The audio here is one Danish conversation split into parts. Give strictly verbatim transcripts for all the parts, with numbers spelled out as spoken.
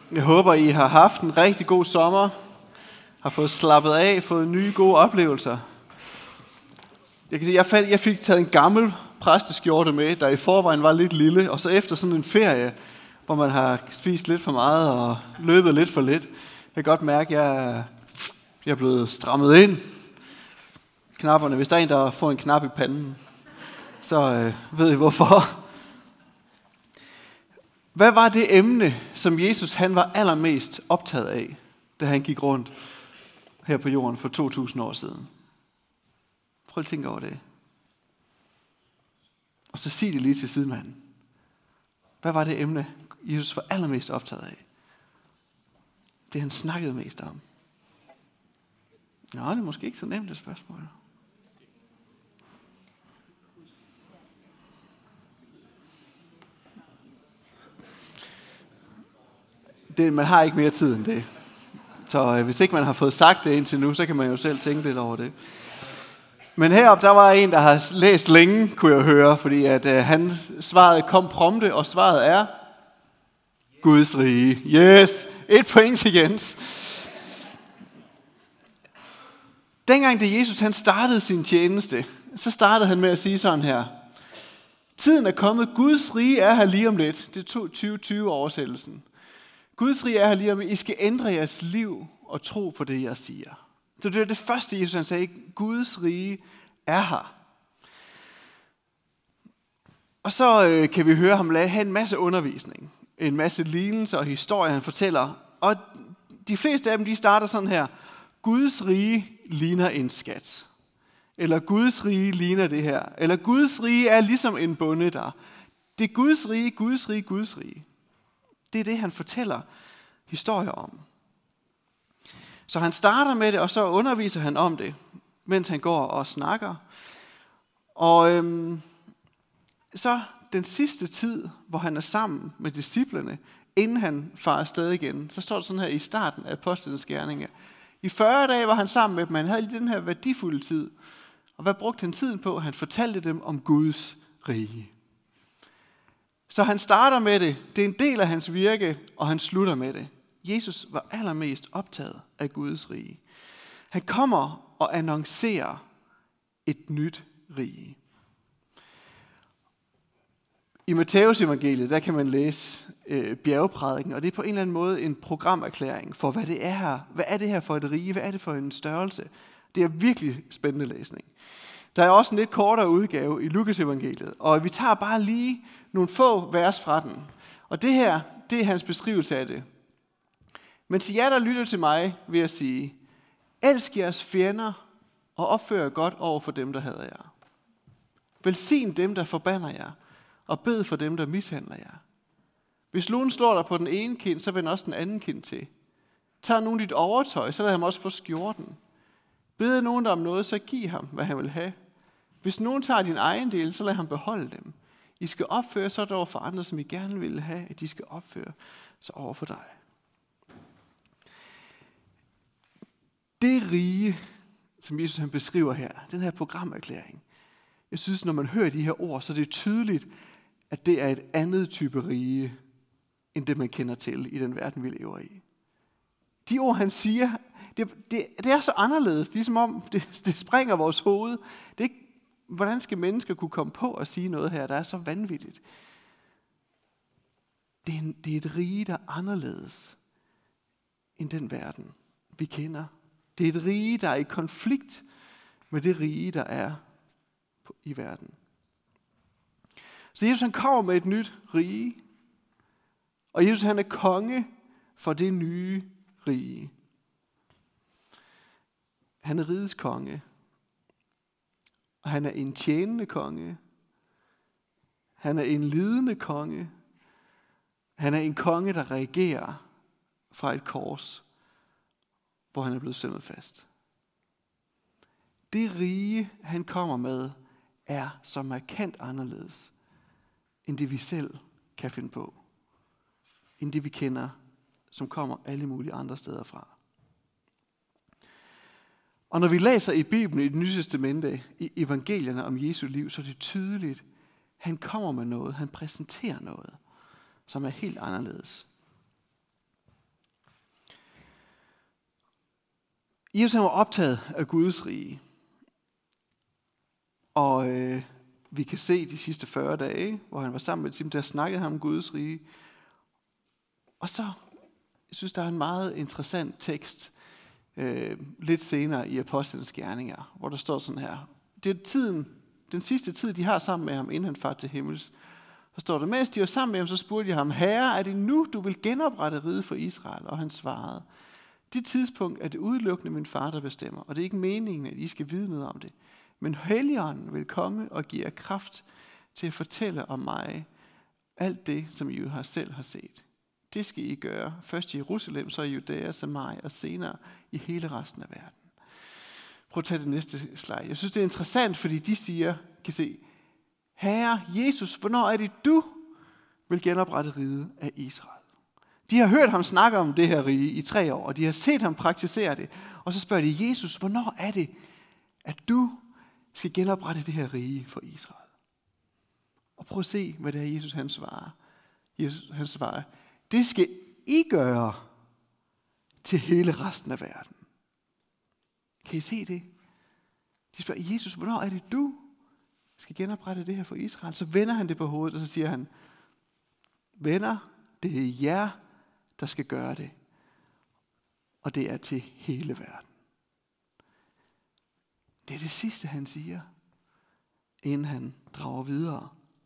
Jeg håber, I har haft en rigtig god sommer, har fået slappet af, fået nye gode oplevelser. Jeg kan sige, jeg, fandt, jeg fik taget en gammel præsteskjorte med, der i forvejen var lidt lille, og så efter sådan en ferie, hvor man har spist lidt for meget og løbet lidt for lidt, jeg kan godt mærke, at jeg, jeg er blevet strammet ind. Knapperne, hvis der er en, der får en knap i panden, så øh, ved I hvorfor. Hvad var det emne, som Jesus han var allermest optaget af, da han gik rundt her på jorden for to tusind år siden? Prøv at tænke over det. Og så sig det lige til sidemanden. Hvad var det emne, Jesus var allermest optaget af? Det han snakkede mest om. Nå, det er måske ikke så nemt det spørgsmål. Det, man har ikke mere tid end det. Så øh, hvis ikke man har fået sagt det indtil nu, så kan man jo selv tænke lidt over det. Men heroppe, der var en, der har læst længe, kunne jeg høre, fordi at øh, han svaret kom prompte, og svaret er Guds rige. Yes! Et point til Jens. Dengang da Jesus han startede sin tjeneste, så startede han med at sige sådan her. Tiden er kommet, Guds rige er her lige om lidt. Det er tyve tyve oversættelsen. Guds rige er her lige om lidt. I skal ændre jeres liv og tro på det, jeg siger. Så det er det første, Jesus han sagde. Guds rige er her. Og så øh, kan vi høre ham have en masse undervisning. En masse lignelser og historier, han fortæller. Og de fleste af dem, de starter sådan her. Guds rige ligner en skat. Eller Guds rige ligner det her. Eller Guds rige er ligesom en bonde der. Det er Guds rige, Guds rige, Guds rige. Det er det, han fortæller historier om. Så han starter med det, og så underviser han om det, mens han går og snakker. Og øhm, så den sidste tid, hvor han er sammen med disciplene, inden han farer afsted igen, så står det sådan her i starten af apostlenes gerninger. I fyrre dage var han sammen med dem, han havde den her værdifulde tid. Og hvad brugte han tiden på? Han fortalte dem om Guds rige. Så han starter med det. Det er en del af hans virke, og han slutter med det. Jesus var allermest optaget af Guds rige. Han kommer og annoncerer et nyt rige. I Matthæus evangeliet, der kan man læse øh, bjergeprædiken, og det er på en eller anden måde en programerklæring for, hvad det er her. Hvad er det her for et rige? Hvad er det for en størrelse? Det er virkelig spændende læsning. Der er også en lidt kortere udgave i Lukas evangeliet, og vi tager bare lige nogle få vers fra den. Og det her, det er hans beskrivelse af det. Men til jer, der lytter til mig, vil jeg sige, elsk jeres fjender og opfør godt over for dem, der hader jer. Velsign dem, der forbander jer, og bed for dem, der mishandler jer. Hvis nogen slår dig på den ene kind, så vend også den anden kind til. Tag nogen dit overtøj, så lad ham også få skjorten. Bed nogen der om noget, så giv ham, hvad han vil have. Hvis nogen tager din egen del, så lad ham beholde dem. I skal opføre sig over for andre, som I gerne vil have, at de skal opføre sig over for dig. Det rige, som Jesus han beskriver her, den her programerklæring, jeg synes, når man hører de her ord, så er det tydeligt, at det er et andet type rige, end det man kender til i den verden, vi lever i. De ord, han siger, det, det, det er så anderledes. Det er som om, det, det springer vores hoved. Det er ikke, hvordan skal mennesker kunne komme på at sige noget her, der er så vanvittigt? Det er, en, det er et rige, der er anderledes end den verden, vi kender. Det er et rige, der er i konflikt med det rige, der er på, i verden. Så Jesus han kommer med et nyt rige, og Jesus han er konge for det nye rige. Han er rigets konge, og han er en tjenende konge. Han er en lidende konge. Han er en konge, der reagerer fra et kors, hvor han er blevet sømmet fast. Det rige, han kommer med, er så markant anderledes, end det vi selv kan finde på. End det vi kender, som kommer alle mulige andre steder fra. Og når vi læser i Bibelen, i Det Nye Testamente, i evangelierne om Jesu liv, så er det tydeligt, han kommer med noget, han præsenterer noget, som er helt anderledes. Jesus han var optaget af Guds rige. Og øh, vi kan se de sidste fyrre dage, hvor han var sammen med dem, der snakkede ham om Guds rige. Og så, jeg synes, der er en meget interessant tekst, øh, lidt senere i Apostlenes Gerninger, hvor der står sådan her. Det er tiden, den sidste tid, de har sammen med ham, inden han far til himmels. Så står der, mens de var sammen med ham, så spurgte jeg ham, Herre, er det nu, du vil genoprette riget for Israel? Og han svarede, det tidspunkt er det udelukkende min far, der bestemmer, og det er ikke meningen, at I skal vide noget om det. Men Helligånden vil komme og give jer kraft til at fortælle om mig alt det, som I jo har selv har set. Det skal I gøre, først i Jerusalem, så i Judæa, Samaria og senere i hele resten af verden. Prøv at tage det næste slide. Jeg synes, det er interessant, fordi de siger, kan se, Herre Jesus, hvornår er det, du vil genoprette riget af Israel? De har hørt ham snakke om det her rige i tre år, og de har set ham praktisere det. Og så spørger de, Jesus, hvornår er det, at du skal genoprette det her rige for Israel? Og prøv at se, hvad det er, Jesus han svarer. Jesus han svarer, det skal I gøre til hele resten af verden. Kan I se det? De spørger, Jesus, hvornår er det, du skal genoprette det her for Israel? Så vender han det på hovedet, og så siger han, venner, det er jer, der skal gøre det. Og det er til hele verden. Det er det sidste, han siger, inden han drager videre.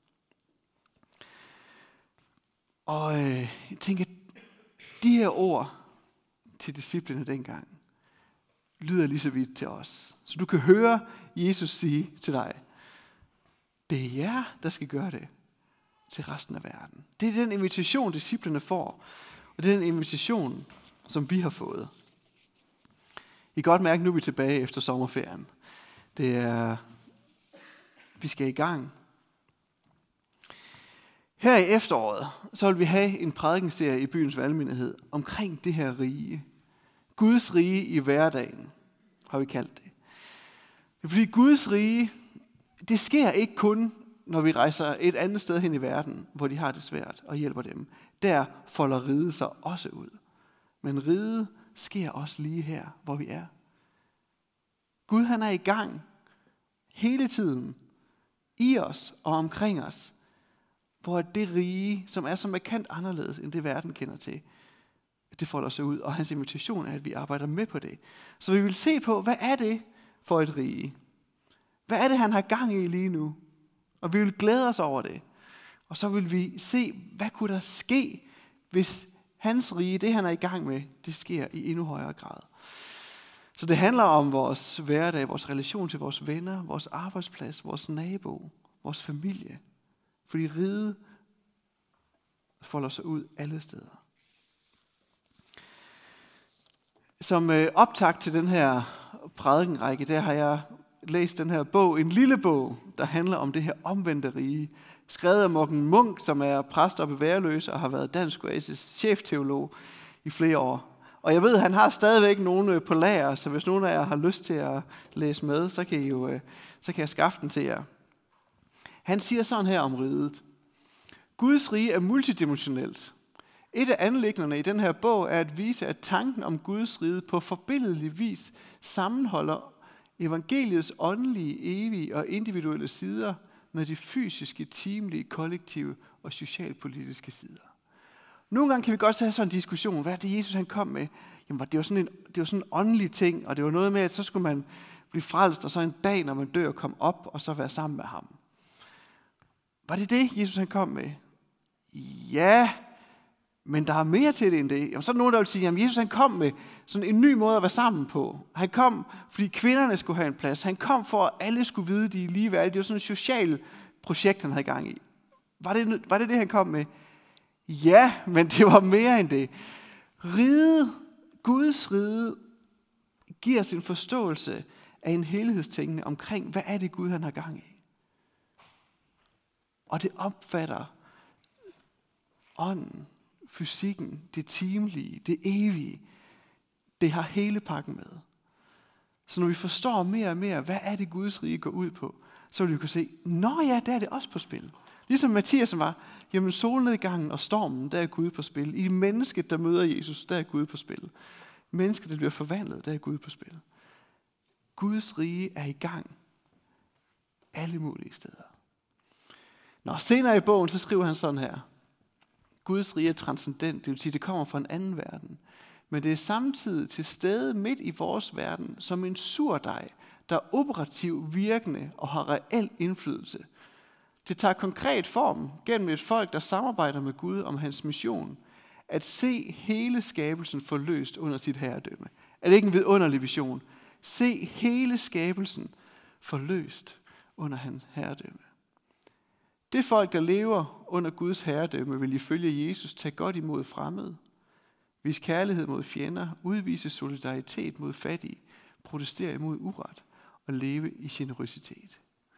Og øh, jeg tænker, de her ord til disciplene dengang, lyder lige så vidt til os. Så du kan høre Jesus sige til dig, det er jer, der skal gøre det til resten af verden. Det er den invitation, disciplene får, og det er den invitation, som vi har fået. I kan godt mærke, nu er vi tilbage efter sommerferien. Det er, vi skal i gang. Her i efteråret, så vil vi have en prædikenserie i byens valgmenighed omkring det her rige. Guds rige i hverdagen, har vi kaldt det. Det er fordi Guds rige, det sker ikke kun, når vi rejser et andet sted hen i verden, hvor de har det svært, og hjælper dem. Der folder riget sig også ud. Men riget sker også lige her, hvor vi er. Gud han er i gang hele tiden i os og omkring os, hvor det rige, som er så markant anderledes end det verden kender til, det folder sig ud, og hans invitation er, at vi arbejder med på det. Så vi vil se på, hvad er det for et rige? Hvad er det, han har gang i lige nu? Og vi vil glæde os over det. Og så vil vi se, hvad kunne der ske, hvis hans rige, det han er i gang med, det sker i endnu højere grad. Så det handler om vores hverdag, vores relation til vores venner, vores arbejdsplads, vores nabo, vores familie. Fordi riget folder sig ud alle steder. Som optakt til den her prædikenrække, der har jeg læst den her bog, en lille bog, der handler om det her omvendte rige. Skrevet af Morten Munk, som er præst oppe i Værløse og har været Dansk Oasis chefteolog i flere år. Og jeg ved, at han har stadigvæk nogen på lager, så hvis nogen af jer har lyst til at læse med, så kan, I jo, så kan jeg skaffe den til jer. Han siger sådan her om riget. Guds rige er multidimensionelt. Et af anliggenderne i den her bog er at vise, at tanken om Guds rige på forbilledlig vis sammenholder evangeliets åndelige, evige og individuelle sider med de fysiske, teamlige, kollektive og socialpolitiske sider. Nogle gange kan vi godt have sådan en diskussion. Hvad er det, Jesus han kom med? Jamen, det var sådan en, det var sådan en åndelig ting, og det var noget med, at så skulle man blive frelst, og så en dag, når man dør, komme op og så være sammen med ham. Var det det, Jesus han kom med? Ja, men der er mere til det end det. Jamen, så er der nogen, der vil sige, at Jesus han kom med sådan en ny måde at være sammen på. Han kom, fordi kvinderne skulle have en plads. Han kom for, at alle skulle vide, at de er ligeværdige. Det var sådan et socialt projekt, han havde gang i. Var det, var det det, han kom med? Ja, men det var mere end det. Riget, Guds rige, giver sin forståelse af en helhedstænkning omkring, hvad er det Gud, han har gang i. Og det opfatter ånden, fysikken, det teamlige, det evige. Det har hele pakken med. Så når vi forstår mere og mere, hvad er det Guds rige går ud på, så vil vi kunne se, nå ja, der er det også på spil. Ligesom Mathias var, jamen solnedgangen og stormen, der er Gud på spil. I mennesket, der møder Jesus, der er Gud på spil. Mennesker, der bliver forvandlet, der er Gud på spil. Guds rige er i gang. Alle mulige steder. Nå, senere i bogen, så skriver han sådan her. Guds rige er transcendent, det vil sige, det kommer fra en anden verden. Men det er samtidig til stede midt i vores verden, som en surdej, der er operativ virkende og har reel indflydelse. Det tager konkret form gennem et folk, der samarbejder med Gud om hans mission. At se hele skabelsen forløst under sit herredømme. Er det ikke en vidunderlig vision? Se hele skabelsen forløst under hans herredømme. Det folk, der lever under Guds herredømme, vil ifølge Jesus tage godt imod fremmede, vise kærlighed mod fjender, udvise solidaritet mod fattige, protestere imod uret og leve i generøsitet.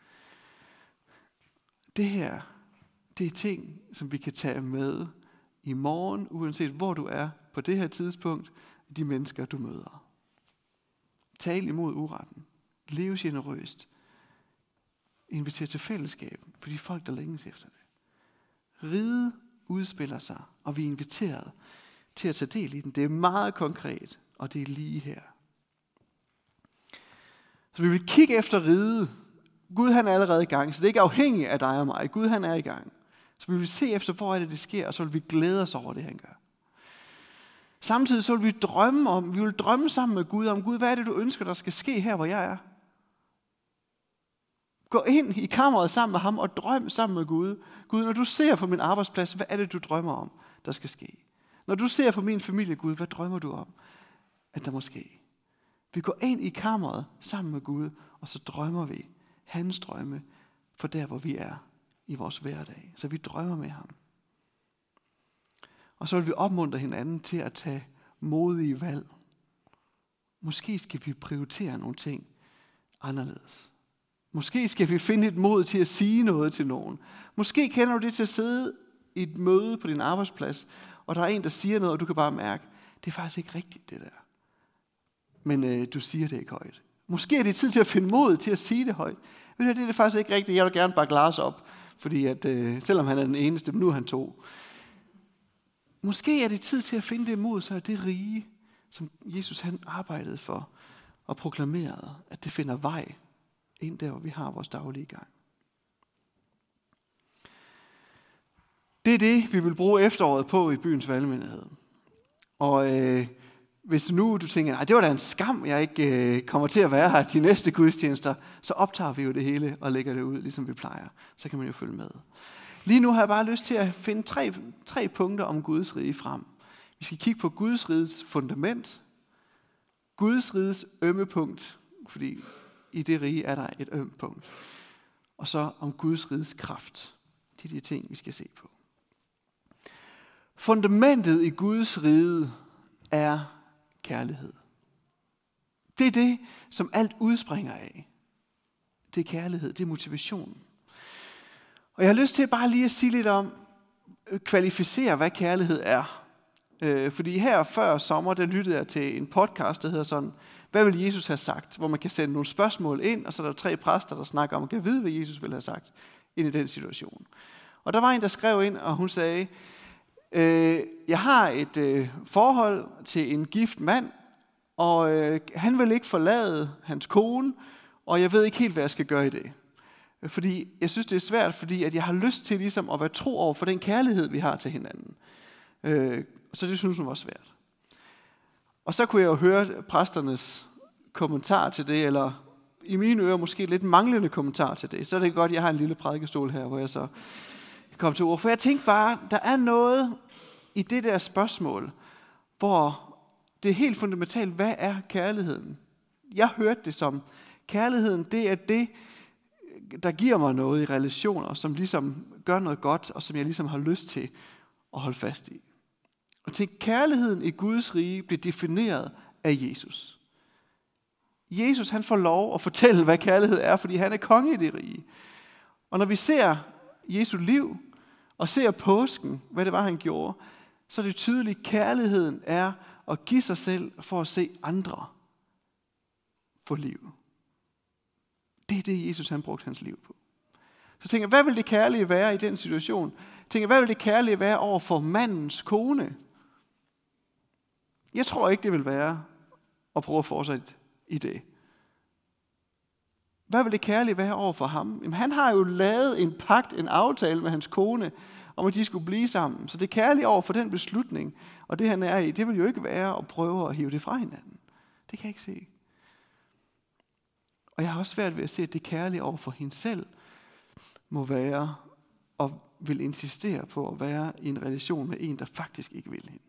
Det her, det er ting, som vi kan tage med i morgen, uanset hvor du er på det her tidspunkt, de mennesker, du møder. Tal imod uretten. Lev generøst. Inviter til fællesskab for de folk, der længes efter det. Riget udspiller sig, og vi er inviteret til at tage del i den. Det er meget konkret, og det er lige her. Så vi vil kigge efter riget. Gud han er allerede i gang, så det er ikke afhængigt af dig og mig. Gud han er i gang. Så vi vil se efter, hvor er det, det sker, og så vil vi glæde os over det, han gør. Samtidig så vil vi drømme om, vi vil drømme sammen med Gud om, Gud, hvad er det, du ønsker, der skal ske her, hvor jeg er? Gå ind i kammeret sammen med ham og drøm sammen med Gud. Gud, når du ser på min arbejdsplads, hvad er det, du drømmer om, der skal ske? Når du ser på min familie, Gud, hvad drømmer du om, at der må ske? Vi går ind i kammeret sammen med Gud, og så drømmer vi hans drømme for der, hvor vi er i vores hverdag. Så vi drømmer med ham. Og så vil vi opmuntre hinanden til at tage modige valg. Måske skal vi prioritere nogle ting anderledes. Måske skal vi finde et mod til at sige noget til nogen. Måske kender du det til at sidde i et møde på din arbejdsplads, og der er en, der siger noget, og du kan bare mærke, det er faktisk ikke rigtigt, det der. Men øh, du siger det ikke højt. Måske er det tid til at finde mod til at sige det højt. Ved du, det er det faktisk ikke rigtigt. Jeg vil gerne bakke Lars op, fordi at, øh, selvom han er den eneste, men nu er han to. Måske er det tid til at finde det mod, så er det rige, som Jesus han arbejdede for og proklamerede, at det finder vej ind der, hvor vi har vores daglige gang. Det er det, vi vil bruge efteråret på i byens valgmenighed. Og øh, hvis nu du tænker, nej, det var da en skam, jeg ikke øh, kommer til at være her de næste gudstjenester, så optager vi jo det hele og lægger det ud, ligesom vi plejer. Så kan man jo følge med. Lige nu har jeg bare lyst til at finde tre, tre punkter om Guds rige frem. Vi skal kigge på Guds rigets fundament, Guds rigets ømme punkt, fordi i det rige er der et ømt punkt, og så om Guds rigets kraft. Det er de ting, vi skal se på. Fundamentet i Guds rige er kærlighed. Det er det, som alt udspringer af. Det er kærlighed, det er motivationen. Og jeg har lyst til bare lige at sige lidt om, kvalificere, hvad kærlighed er. Øh, fordi her før sommer, der lyttede jeg til en podcast, der hedder sådan, hvad vil Jesus have sagt? Hvor man kan sende nogle spørgsmål ind, og så er der tre præster, der snakker om, at man kan vide, hvad Jesus ville have sagt ind i den situation. Og der var en, der skrev ind, og hun sagde, øh, jeg har et øh, forhold til en gift mand, og øh, han vil ikke forlade hans kone, og jeg ved ikke helt, hvad jeg skal gøre i det. Fordi jeg synes, det er svært, fordi at jeg har lyst til ligesom at være tro over for den kærlighed, vi har til hinanden. Øh, så det synes hun var svært. Og så kunne jeg jo høre præsternes kommentar til det, eller i mine ører måske lidt manglende kommentar til det. Så er det godt, at jeg har en lille prædikestol her, hvor jeg så kom til ord. For jeg tænkte bare, der er noget i det der spørgsmål, hvor det er helt fundamentalt, hvad er kærligheden? Jeg hørte det som, kærligheden, det er det, der giver mig noget i relationer, som ligesom gør noget godt, og som jeg ligesom har lyst til at holde fast i. Og tænk, kærligheden i Guds rige bliver defineret af Jesus. Jesus, han får lov at fortælle, hvad kærlighed er, fordi han er konge i det rige. Og når vi ser Jesu liv, og ser påsken, hvad det var, han gjorde, så er det tydeligt, at kærligheden er at give sig selv for at se andre få liv. Det er det, Jesus han brugte hans liv på. Så tænker jeg, hvad vil det kærlige være i den situation? Jeg tænker, hvad vil det kærlige være over for mandens kone? Jeg tror ikke, det vil være at prøve at fortsætte i det. Hvad vil det kærlige være over for ham? Jamen, han har jo lavet en pagt, en aftale med hans kone, om at de skulle blive sammen. Så det kærlige over for den beslutning, og det han er i, det vil jo ikke være at prøve at hive det fra hinanden. Det kan jeg ikke se. Og jeg har også svært ved at se, at det kærlige over for hende selv, må være og vil insistere på at være i en relation med en, der faktisk ikke vil hende.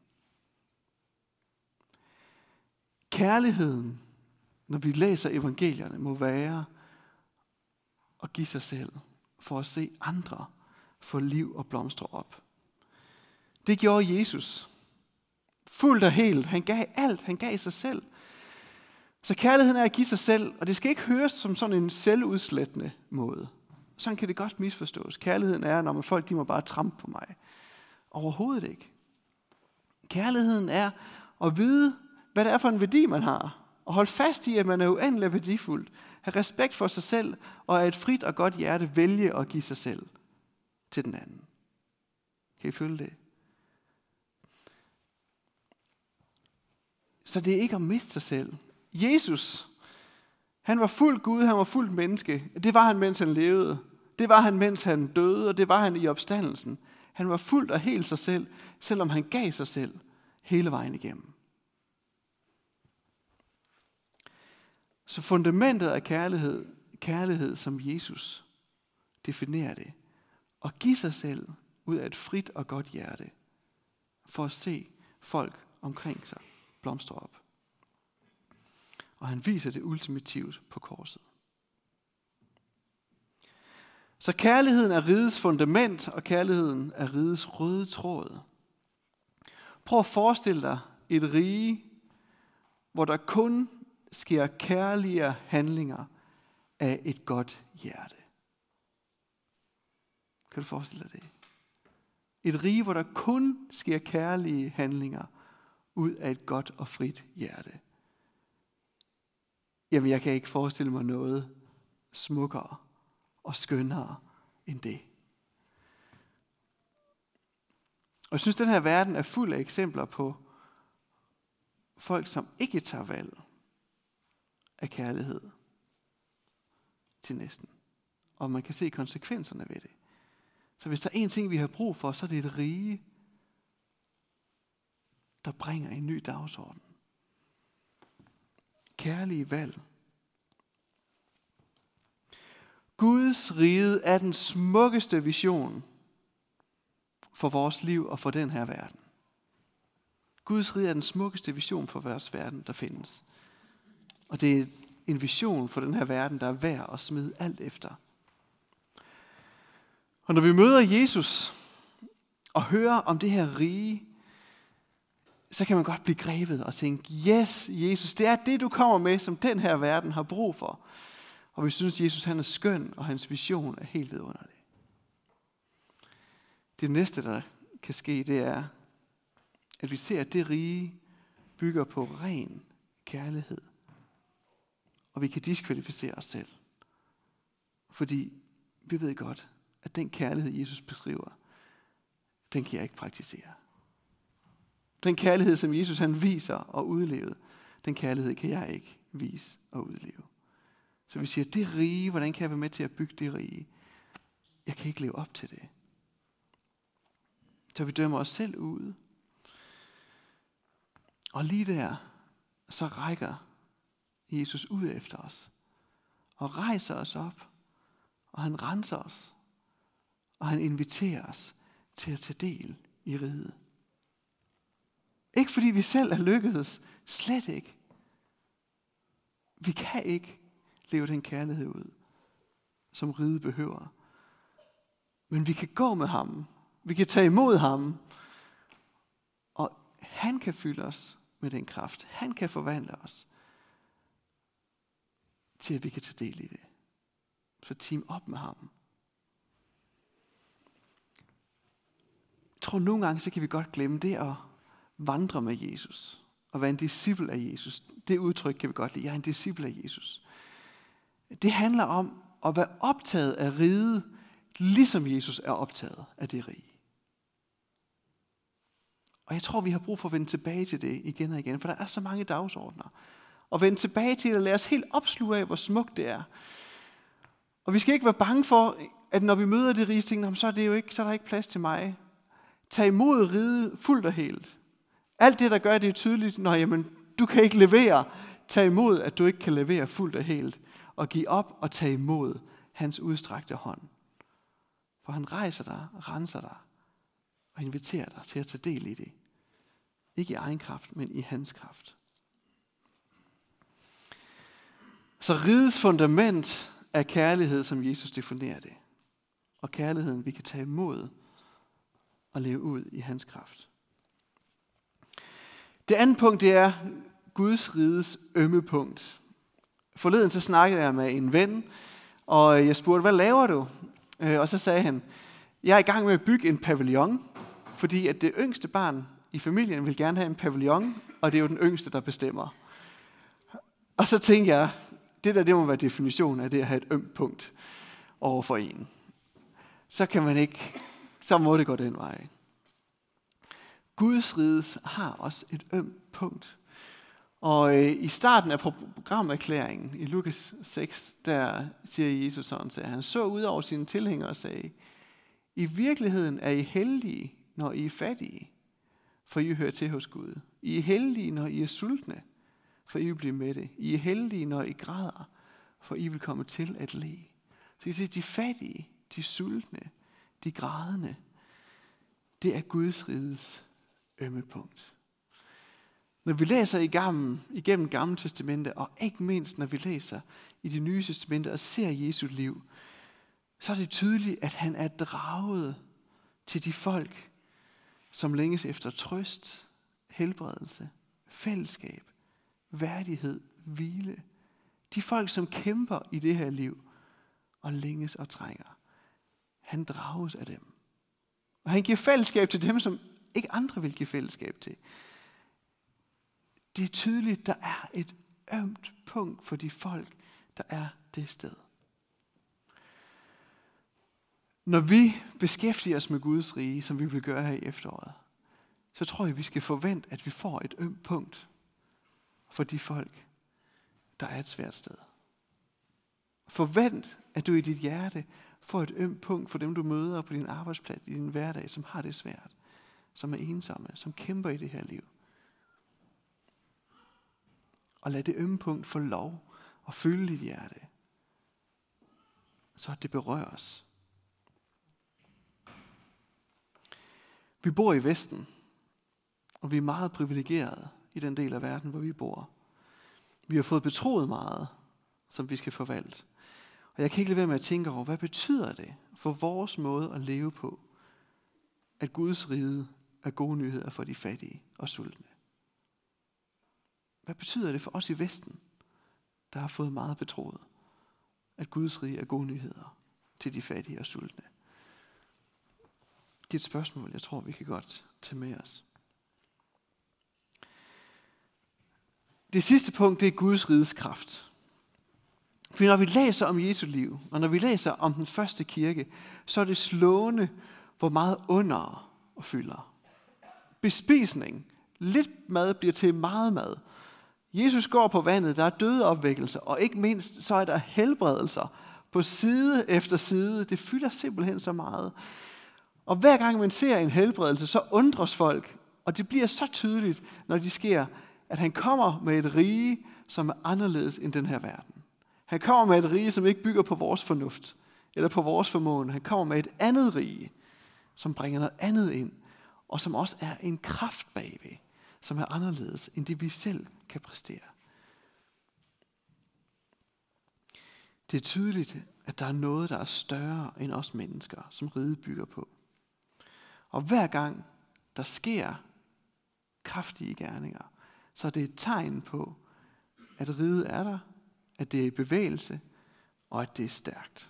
Kærligheden, når vi læser evangelierne, må være at give sig selv for at se andre få liv og blomstre op. Det gjorde Jesus. Fuldt og helt. Han gav alt. Han gav sig selv. Så kærligheden er at give sig selv, og det skal ikke høres som sådan en selvudslættende måde. Sådan kan det godt misforstås. Kærligheden er, når man folk de må bare trampe på mig. Overhovedet ikke. Kærligheden er at vide, hvad det er for en værdi, man har. Og holde fast i, at man er uendelig værdifuld. Have respekt for sig selv, og af et frit og godt hjerte vælge at give sig selv til den anden. Kan I følge det? Så det er ikke at miste sig selv. Jesus, han var fuld Gud, han var fuldt menneske. Det var han, mens han levede. Det var han, mens han døde, og det var han i opstandelsen. Han var fuldt og helt sig selv, selvom han gav sig selv hele vejen igennem. Så fundamentet af kærlighed, kærlighed som Jesus definerer det, at give sig selv ud af et frit og godt hjerte, for at se folk omkring sig blomstre op. Og han viser det ultimativt på korset. Så kærligheden er rigets fundament, og kærligheden er rigets røde tråd. Prøv at forestille dig et rige, hvor der kun sker kærlige handlinger af et godt hjerte. Kan du forestille dig det? Et rige, hvor der kun sker kærlige handlinger ud af et godt og frit hjerte. Jamen, jeg kan ikke forestille mig noget smukkere og skønnere end det. Og jeg synes, at den her verden er fuld af eksempler på folk, som ikke tager valg af kærlighed til næsten. Og man kan se konsekvenserne ved det. Så hvis der er en ting, vi har brug for, så er det et rige, der bringer en ny dagsorden. Kærlige valg. Guds rige er den smukkeste vision for vores liv og for den her verden. Guds rige er den smukkeste vision for vores verden, der findes. Og det er en vision for den her verden, der er værd at smide alt efter. Og når vi møder Jesus og hører om det her rige, så kan man godt blive grebet og tænke, yes, Jesus, det er det, du kommer med, som den her verden har brug for. Og vi synes, Jesus han er skøn, og hans vision er helt vidunderlig. Det næste, der kan ske, det er, at vi ser, at det rige bygger på ren kærlighed. Og vi kan diskvalificere os selv. Fordi vi ved godt, at den kærlighed, Jesus beskriver, den kan jeg ikke praktisere. Den kærlighed, som Jesus han viser og udlever, den kærlighed kan jeg ikke vise og udleve. Så vi siger, det rige, hvordan kan jeg være med til at bygge det rige? Jeg kan ikke leve op til det. Så vi dømmer os selv ud. Og lige der, så rækker Jesus ud efter os. Og rejser os op. Og han renser os. Og han inviterer os til at tage del i riget. Ikke fordi vi selv er lykkedes. Slet ikke. Vi kan ikke leve den kærlighed ud, som riget behøver. Men vi kan gå med ham. Vi kan tage imod ham. Og han kan fylde os med den kraft. Han kan forvandle os til, at vi kan tage del i det. Så team op med ham. Jeg tror, nogle gange så kan vi godt glemme det at vandre med Jesus. Og være en disciple af Jesus. Det udtryk kan vi godt lide. Jeg er en disciple af Jesus. Det handler om at være optaget af riget, ligesom Jesus er optaget af det rige. Og jeg tror, vi har brug for at vende tilbage til det igen og igen, for der er så mange dagsordner. Og vende tilbage til at lade os helt opsluge af, hvor smukt det er. Og vi skal ikke være bange for, at når vi møder de rige ting, så er, det jo ikke, så er der ikke plads til mig. Tag imod riget fuldt og helt. Alt det, der gør det er tydeligt, når jamen, du kan ikke levere. Tag imod, at du ikke kan levere fuldt og helt. Og giv op og tag imod hans udstrakte hånd. For han rejser dig, renser dig og inviterer dig til at tage del i det. Ikke i egen kraft, men i hans kraft. Så rigets fundament er kærlighed, som Jesus definerer det. Og kærligheden, vi kan tage imod og leve ud i hans kraft. Det andet punkt, det er Guds riges ømme punkt. Forleden så snakkede jeg med en ven, og jeg spurgte, hvad laver du? Og så sagde han, jeg er i gang med at bygge en pavillon, fordi at det yngste barn i familien vil gerne have en pavillon, og det er jo den yngste, der bestemmer. Og så tænkte jeg, det der det må være definitionen af det at have et ømt punkt over for en. Så kan man ikke, så må det gå den vej. Guds riges har også et ømt punkt. Og øh, i starten af programerklæringen i Lukas seks, der siger Jesus sådan, at han så ud over sine tilhængere og sagde, i virkeligheden er I heldige, når I er fattige, for I hører til hos Gud. I er heldige, når I er sultne, for I vil blive mætte. I er heldige, når I græder, for I vil komme til at le. Så I siger, de fattige, de sultne, de grædende, det er Guds riges ømme punkt. Når vi læser igennem, igennem Gamle Testamente, og ikke mindst når vi læser i det Nye Testamente og ser Jesu liv, så er det tydeligt, at han er draget til de folk, som længes efter trøst, helbredelse, fællesskab, værdighed, hvile. De folk, som kæmper i det her liv og længes og trænger. Han drages af dem. Og han giver fællesskab til dem, som ikke andre vil give fællesskab til. Det er tydeligt, der er et ømt punkt for de folk, der er det sted. Når vi beskæftiger os med Guds rige, som vi vil gøre her i efteråret, så tror jeg, vi skal forvente, at vi får et ømt punkt for de folk, der er et svært sted. Forvent, at du i dit hjerte får et ømt punkt for dem, du møder på din arbejdsplads, i din hverdag, som har det svært, som er ensomme, som kæmper i det her liv. Og lad det ømme punkt få lov at fylde dit hjerte, så det berører os. Vi bor i Vesten, og vi er meget privilegerede i den del af verden, hvor vi bor. Vi har fået betroet meget, som vi skal forvalte. Og jeg kan ikke lade være med at tænke over, hvad betyder det for vores måde at leve på, at Guds rige er gode nyheder for de fattige og sultne? Hvad betyder det for os i Vesten, der har fået meget betroet, at Guds rige er gode nyheder til de fattige og sultne? Det er et spørgsmål, jeg tror, vi kan godt tage med os. Det sidste punkt, det er Guds riges kraft. For når vi læser om Jesu liv, og når vi læser om den første kirke, så er det slående, hvor meget under og fylder. Bespisning. Lidt mad bliver til meget mad. Jesus går på vandet, der er dødeopvækkelser, og ikke mindst så er der helbredelser på side efter side. Det fylder simpelthen så meget. Og hver gang man ser en helbredelse, så undres folk, og det bliver så tydeligt, når de sker, at han kommer med et rige, som er anderledes end den her verden. Han kommer med et rige, som ikke bygger på vores fornuft, eller på vores formåen. Han kommer med et andet rige, som bringer noget andet ind, og som også er en kraft bagved, som er anderledes end det, vi selv kan præstere. Det er tydeligt, at der er noget, der er større end os mennesker, som riget bygger på. Og hver gang der sker kraftige gerninger, så er det et tegn på, at riget er der, at det er i bevægelse, og at det er stærkt.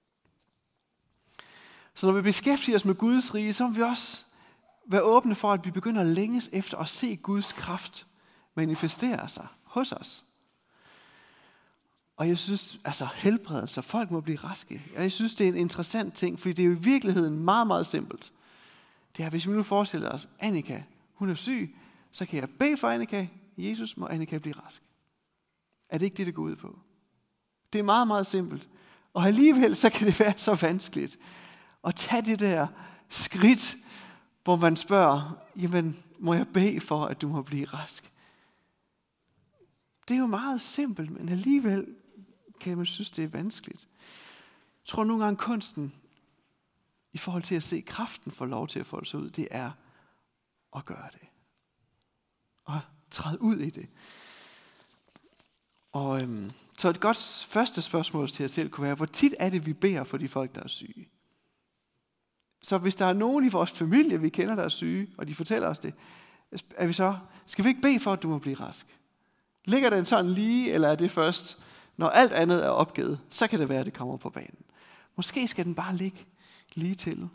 Så når vi beskæftiger os med Guds rige, så må vi også være åbne for, at vi begynder at længes efter at se Guds kraft manifestere sig hos os. Og jeg synes, altså helbredelse, folk må blive raske. Og jeg synes, det er en interessant ting, fordi det er jo i virkeligheden meget, meget simpelt. Det er, hvis vi nu forestiller os, Annika, hun er syg, så kan jeg bede for Annika. Jesus, må Annika blive rask. Er det ikke det, det går ud på? Det er meget, meget simpelt. Og alligevel så kan det være så vanskeligt at tage det der skridt, hvor man spørger, jamen, må jeg bede for, at du må blive rask? Det er jo meget simpelt, men alligevel kan man synes, det er vanskeligt. Jeg tror nogle gange kunsten, i forhold til at se kraften få lov til at folde sig ud, det er at gøre det. Og træde ud i det. Og øhm, så et godt første spørgsmål til jer selv kunne være, hvor tit er det, vi beder for de folk, der er syge? Så hvis der er nogen i vores familie, vi kender, der er syge, og de fortæller os det, er vi så, skal vi ikke bede for, at du må blive rask? Ligger den sådan lige, eller er det først, når alt andet er opgivet, så kan det være, at det kommer på banen. Måske skal den bare ligge lige til.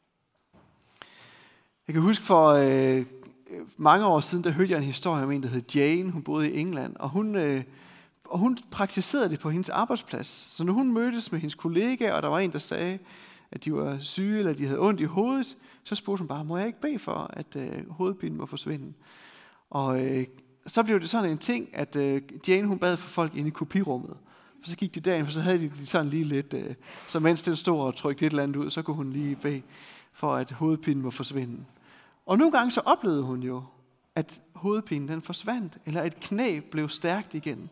Jeg kan huske for øh, mange år siden, der hørte jeg en historie om en, der hed Jane. Hun boede i England, og hun, øh, og hun praktiserede det på hendes arbejdsplads. Så når hun mødtes med hendes kollegaer, og der var en, der sagde, at de var syge, eller de havde ondt i hovedet, så spurgte hun bare, må jeg ikke bede for, at øh, hovedpinen må forsvinde? Og øh, så blev det sådan en ting, at øh, Jane hun bad for folk inde i kopirummet. For så gik de derind, for så havde de sådan lige lidt, øh, så mens den stod og trykte et eller andet ud, så kunne hun lige bede for, at hovedpinen må forsvinde. Og nogle gange så oplevede hun jo, at hovedpinen den forsvandt, eller et knæ blev stærkt igen.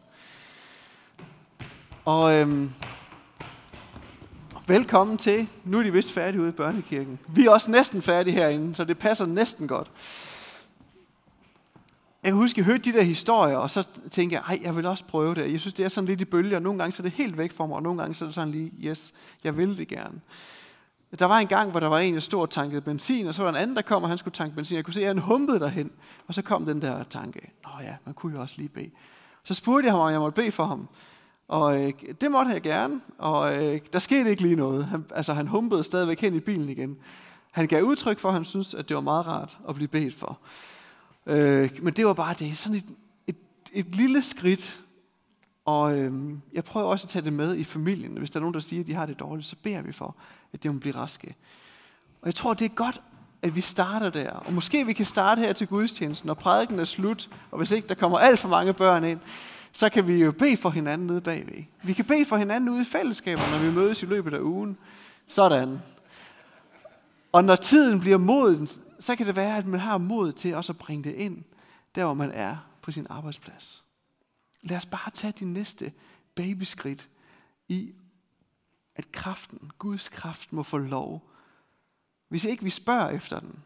Og øhm, velkommen til. Nu er de vist færdige ude i børnekirken. Vi er også næsten færdige herinde, så det passer næsten godt. Jeg kan huske, at jeg hørte de der historier, og så tænkte jeg, ej, jeg vil også prøve det. Jeg synes, det er sådan lidt i bølger. Nogle gange så er det helt væk for mig, og nogle gange så er det sådan lige, yes, jeg vil det gerne. Der var en gang, hvor der var en, der stod og tankede benzin, og så var der en anden, der kom, og han skulle tanke benzin. Jeg kunne se, at han humpede derhen, og så kom den der tanke. Nå ja, man kunne jo også lige bede. Så spurgte jeg ham, om jeg måtte bede for ham. Og øh, det måtte jeg gerne, og øh, der skete ikke lige noget. Han, altså, han humpede stadigvæk hen i bilen igen. Han gav udtryk for, at han syntes, at det var meget rart at blive bedt for. Øh, men det var bare det. Sådan et, et, et lille skridt. Og øh, jeg prøver også at tage det med i familien. Hvis der er nogen, der siger, at de har det dårligt, så beder vi for, at de må blive raske. Og jeg tror, det er godt, at vi starter der. Og måske vi kan starte her til gudstjenesten, når prædiken er slut, og hvis ikke der kommer alt for mange børn ind, så kan vi jo bede for hinanden nede bagved. Vi kan bede for hinanden ude i fællesskaber, når vi mødes i løbet af ugen. Sådan. Og når tiden bliver moden, så kan det være, at man har mod til også at bringe det ind, der hvor man er på sin arbejdsplads. Lad os bare tage de næste babyskridt i, at kraften, Guds kraft, må få lov. Hvis ikke vi spørger efter den,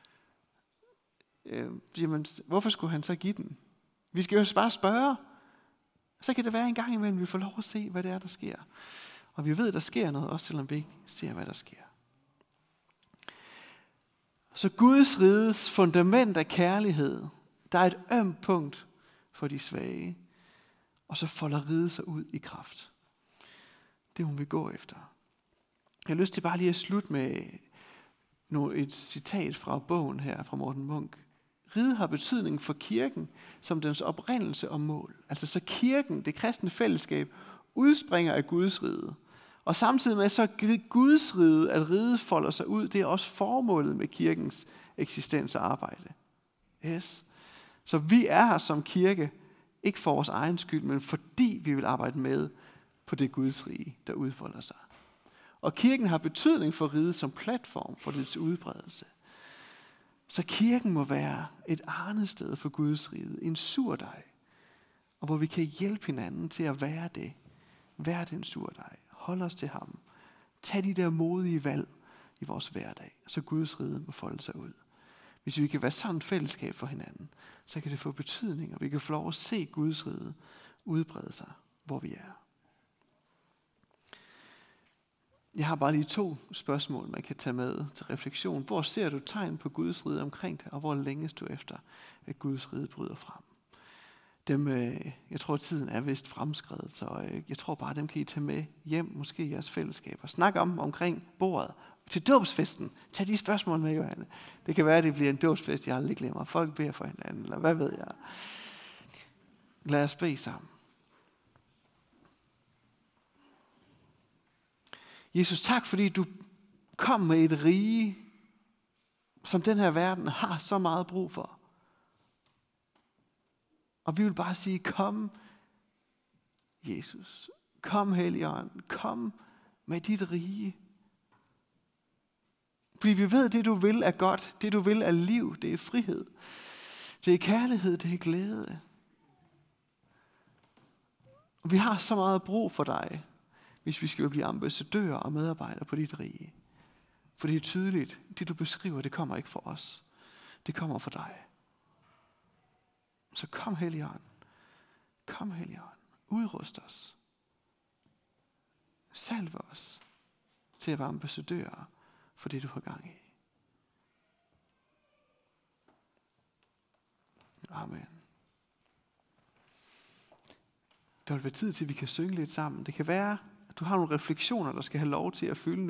øh, jamen, hvorfor skulle han så give den? Vi skal jo bare spørge. Så kan det være en gang imellem, vi får lov at se, hvad det er, der sker. Og vi ved, der sker noget, også selvom vi ikke ser, hvad der sker. Så Guds riges fundament af kærlighed, der er et ømt punkt for de svage, og så folder riget sig ud i kraft. Det hun vil gå efter. Jeg har lyst til bare lige at slutte med et citat fra bogen her, fra Morten Munk. Riget har betydning for kirken som dens oprindelse og mål. Altså så kirken, det kristne fællesskab, udspringer af Guds rige. Og samtidig med så Guds rige, at riget folder sig ud, det er også formålet med kirkens eksistens og arbejde. Yes. Så vi er her som kirke, ikke for vores egen skyld, men fordi vi vil arbejde med på det Guds rige, der udfolder sig. Og kirken har betydning for riget som platform for dets udbredelse. Så kirken må være et arnested for Guds rige, en surdej, og hvor vi kan hjælpe hinanden til at være det. Være den surdej. Hold os til ham. Tag de der modige valg i vores hverdag, så Guds rige må folde sig ud. Hvis vi kan være sådan et fællesskab for hinanden, så kan det få betydning, og vi kan få lov at se Guds rige udbrede sig, hvor vi er. Jeg har bare lige to spørgsmål, man kan tage med til refleksion. Hvor ser du tegn på Guds rige omkring dig, og hvor længes du efter, at Guds rige bryder frem? Dem, jeg tror, tiden er vist fremskredet, så jeg tror bare, dem kan I tage med hjem, måske i jeres fællesskaber. Snak om omkring bordet. Til dåbsfesten. Tag de spørgsmål med, Johanne. Det kan være, at det bliver en dåbsfest, jeg aldrig glemmer. Folk beder for hinanden, eller hvad ved jeg. Lad os bede sammen. Jesus, tak fordi du kom med et rige, som den her verden har så meget brug for. Og vi vil bare sige, kom Jesus, kom Helligånd, kom med dit rige. Fordi vi ved, at det du vil er godt, det du vil er liv, det er frihed, det er kærlighed, det er glæde. Og vi har så meget brug for dig, hvis vi skal blive ambassadører og medarbejdere på dit rige. For det er tydeligt, det du beskriver, det kommer ikke fra os. Det kommer fra dig. Så kom Helligånd. Kom Helligånd. Udrust os. Salve os til at være ambassadører for det du har gang i. Amen. Der vil være tid til, at vi kan synge lidt sammen. Det kan være, at du har nogle refleksioner, der skal have lov til at fylde nu.